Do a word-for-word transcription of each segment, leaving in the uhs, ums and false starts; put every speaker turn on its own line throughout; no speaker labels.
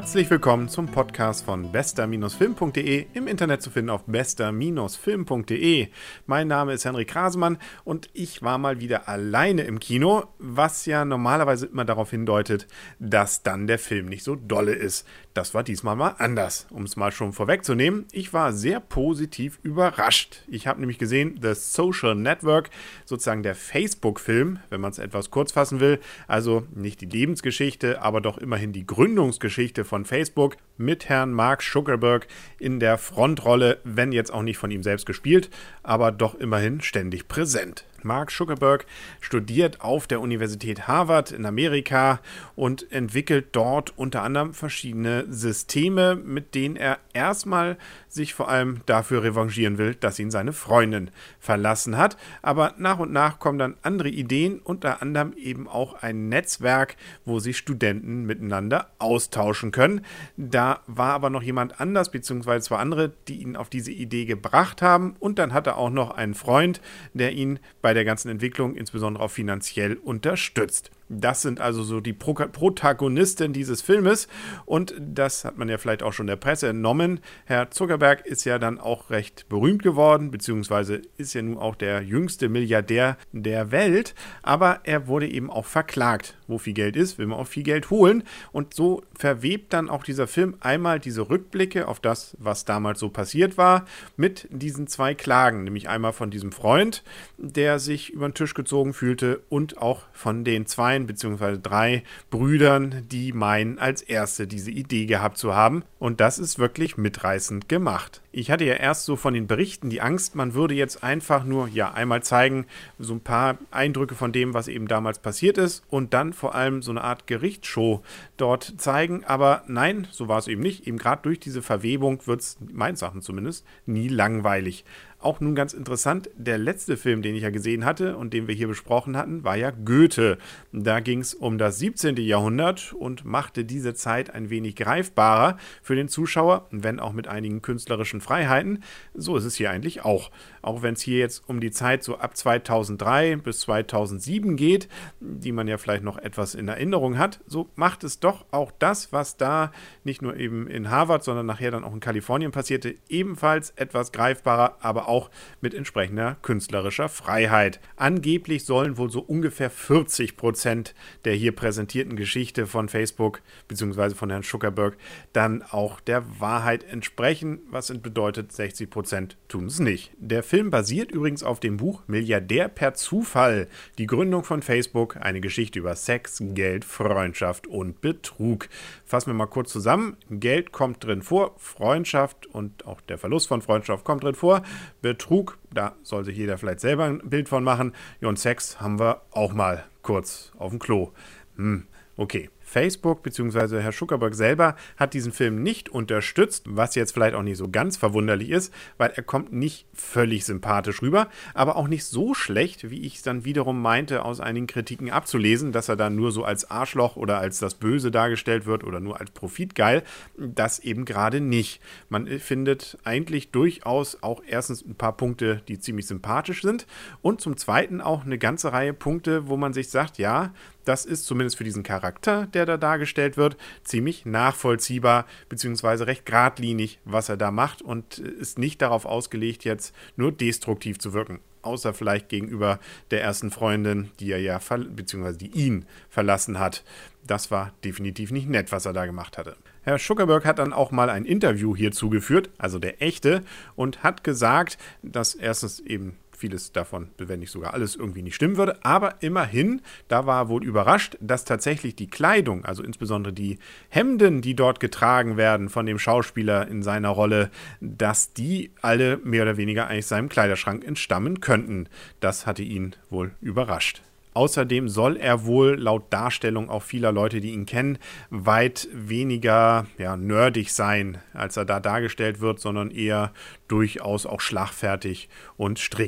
Herzlich willkommen zum Podcast von bester Film punkt de, im Internet zu finden auf bester Film punkt de. Mein Name ist Henrik Krasemann und ich war mal wieder alleine im Kino, was ja normalerweise immer darauf hindeutet, dass dann der Film nicht so dolle ist. Das war diesmal mal anders, um es mal schon vorwegzunehmen. Ich war sehr positiv überrascht. Ich habe nämlich gesehen, The Social Network, sozusagen der Facebook-Film, wenn man es etwas kurz fassen will, also nicht die Lebensgeschichte, aber doch immerhin die Gründungsgeschichte von Facebook mit Herrn Mark Zuckerberg in der Frontrolle, wenn jetzt auch nicht von ihm selbst gespielt, aber doch immerhin ständig präsent. Mark Zuckerberg studiert auf der Universität Harvard in Amerika und entwickelt dort unter anderem verschiedene Systeme, mit denen er erstmal sich vor allem dafür revanchieren will, dass ihn seine Freundin verlassen hat. Aber nach und nach kommen dann andere Ideen, unter anderem eben auch ein Netzwerk, wo sich Studenten miteinander austauschen können. Da war aber noch jemand anders, beziehungsweise zwei andere, die ihn auf diese Idee gebracht haben. Und dann hat er auch noch einen Freund, der ihn bei der ganzen Entwicklung insbesondere auch finanziell unterstützt. Das sind also so die Pro- Protagonisten dieses Filmes und das hat man ja vielleicht auch schon der Presse entnommen. Herr Zuckerberg ist ja dann auch recht berühmt geworden, beziehungsweise ist ja nun auch der jüngste Milliardär der Welt, aber er wurde eben auch verklagt. Wo viel Geld ist, will man auch viel Geld holen und so verwebt dann auch dieser Film einmal diese Rückblicke auf das, was damals so passiert war, mit diesen zwei Klagen, nämlich einmal von diesem Freund, der sich über den Tisch gezogen fühlte und auch von den zwei beziehungsweise drei Brüdern, die meinen, als erste diese Idee gehabt zu haben. Und das ist wirklich mitreißend gemacht. Ich hatte ja erst so von den Berichten die Angst, man würde jetzt einfach nur ja einmal zeigen, so ein paar Eindrücke von dem, was eben damals passiert ist und dann vor allem so eine Art Gerichtsshow dort zeigen. Aber nein, so war es eben nicht. Eben gerade durch diese Verwebung wird es, meines Erachtens zumindest, nie langweilig. Auch nun ganz interessant, der letzte Film, den ich ja gesehen hatte und den wir hier besprochen hatten, war ja Goethe. Da ging es um das siebzehnten Jahrhundert und machte diese Zeit ein wenig greifbarer für den Zuschauer, wenn auch mit einigen künstlerischen Freiheiten. So ist es hier eigentlich auch. Auch wenn es hier jetzt um die Zeit so ab zweitausenddrei bis zweitausendsieben geht, die man ja vielleicht noch etwas in Erinnerung hat, so macht es doch auch das, was da nicht nur eben in Harvard, sondern nachher dann auch in Kalifornien passierte, ebenfalls etwas greifbarer, aber auch auch mit entsprechender künstlerischer Freiheit. Angeblich sollen wohl so ungefähr vierzig Prozent der hier präsentierten Geschichte von Facebook bzw. von Herrn Zuckerberg dann auch der Wahrheit entsprechen, was bedeutet, sechzig Prozent tun es nicht. Der Film basiert übrigens auf dem Buch Milliardär per Zufall, die Gründung von Facebook, eine Geschichte über Sex, Geld, Freundschaft und Betrug. Fassen wir mal kurz zusammen. Geld kommt drin vor, Freundschaft und auch der Verlust von Freundschaft kommt drin vor. Betrug, da soll sich jeder vielleicht selber ein Bild von machen. Ja, und Sex haben wir auch mal kurz auf dem Klo. Hm, okay. Facebook bzw. Herr Zuckerberg selber hat diesen Film nicht unterstützt, was jetzt vielleicht auch nicht so ganz verwunderlich ist, weil er kommt nicht völlig sympathisch rüber, aber auch nicht so schlecht, wie ich es dann wiederum meinte, aus einigen Kritiken abzulesen, dass er dann nur so als Arschloch oder als das Böse dargestellt wird oder nur als Profitgeil. Das eben gerade nicht. Man findet eigentlich durchaus auch erstens ein paar Punkte, die ziemlich sympathisch sind und zum Zweiten auch eine ganze Reihe Punkte, wo man sich sagt, ja, das ist zumindest für diesen Charakter, der da dargestellt wird, ziemlich nachvollziehbar bzw. recht geradlinig, was er da macht und ist nicht darauf ausgelegt, jetzt nur destruktiv zu wirken. Außer vielleicht gegenüber der ersten Freundin, die er ja, ver- bzw. die ihn verlassen hat. Das war definitiv nicht nett, was er da gemacht hatte. Herr Zuckerberg hat dann auch mal ein Interview hierzu geführt, also der echte, und hat gesagt, dass erstens eben vieles davon, wenn nicht sogar alles, irgendwie nicht stimmen würde. Aber immerhin, da war er wohl überrascht, dass tatsächlich die Kleidung, also insbesondere die Hemden, die dort getragen werden von dem Schauspieler in seiner Rolle, dass die alle mehr oder weniger eigentlich seinem Kleiderschrank entstammen könnten. Das hatte ihn wohl überrascht. Außerdem soll er wohl laut Darstellung auch vieler Leute, die ihn kennen, weit weniger ja, nerdig sein, als er da dargestellt wird, sondern eher durchaus auch schlagfertig und strikt.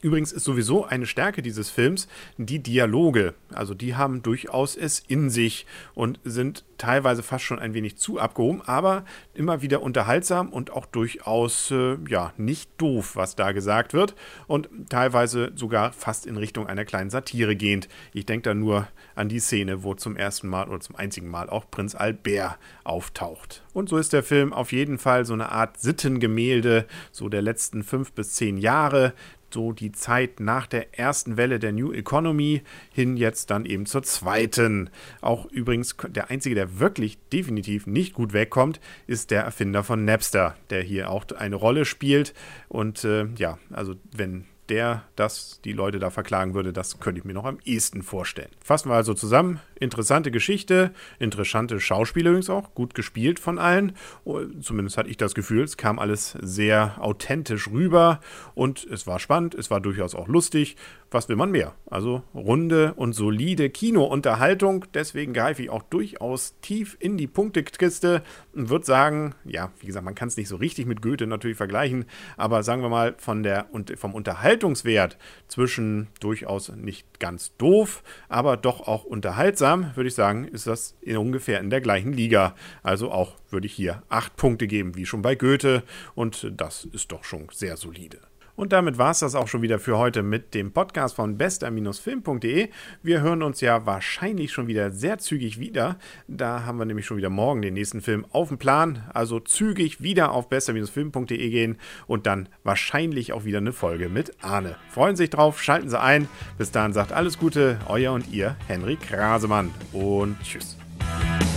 Übrigens ist sowieso eine Stärke dieses Films die Dialoge. Also die haben durchaus es in sich und sind teilweise fast schon ein wenig zu abgehoben, aber immer wieder unterhaltsam und auch durchaus äh, ja, nicht doof, was da gesagt wird. Und teilweise sogar fast in Richtung einer kleinen Satire gehend. Ich denke da nur an die Szene, wo zum ersten Mal oder zum einzigen Mal auch Prinz Albert auftaucht. Und so ist der Film auf jeden Fall so eine Art Sittengemälde, so der letzten fünf bis zehn Jahre. So die Zeit nach der ersten Welle der New Economy hin jetzt dann eben zur zweiten. Auch übrigens der einzige, der wirklich definitiv nicht gut wegkommt, ist der Erfinder von Napster, der hier auch eine Rolle spielt. Und äh, ja, also wenn der das die Leute da verklagen würde, das könnte ich mir noch am ehesten vorstellen. Fassen wir also zusammen. Interessante Geschichte, interessante Schauspieler übrigens auch, gut gespielt von allen. Zumindest hatte ich das Gefühl, es kam alles sehr authentisch rüber und es war spannend, es war durchaus auch lustig. Was will man mehr? Also runde und solide Kinounterhaltung. Deswegen greife ich auch durchaus tief in die Punktekiste und würde sagen, ja, wie gesagt, man kann es nicht so richtig mit Goethe natürlich vergleichen, aber sagen wir mal von der, vom Unterhaltungswert zwischen durchaus nicht ganz doof, aber doch auch unterhaltsam, würde ich sagen, ist das in ungefähr in der gleichen Liga. Also auch würde ich hier acht Punkte geben, wie schon bei Goethe. Und das ist doch schon sehr solide. Und damit war es das auch schon wieder für heute mit dem Podcast von bester Film punkt de. Wir hören uns ja wahrscheinlich schon wieder sehr zügig wieder. Da haben wir nämlich schon wieder morgen den nächsten Film auf dem Plan. Also zügig wieder auf bester Film punkt de gehen und dann wahrscheinlich auch wieder eine Folge mit Arne. Freuen Sie sich drauf, schalten Sie ein. Bis dahin sagt alles Gute, euer und ihr Henry Krasemann und tschüss.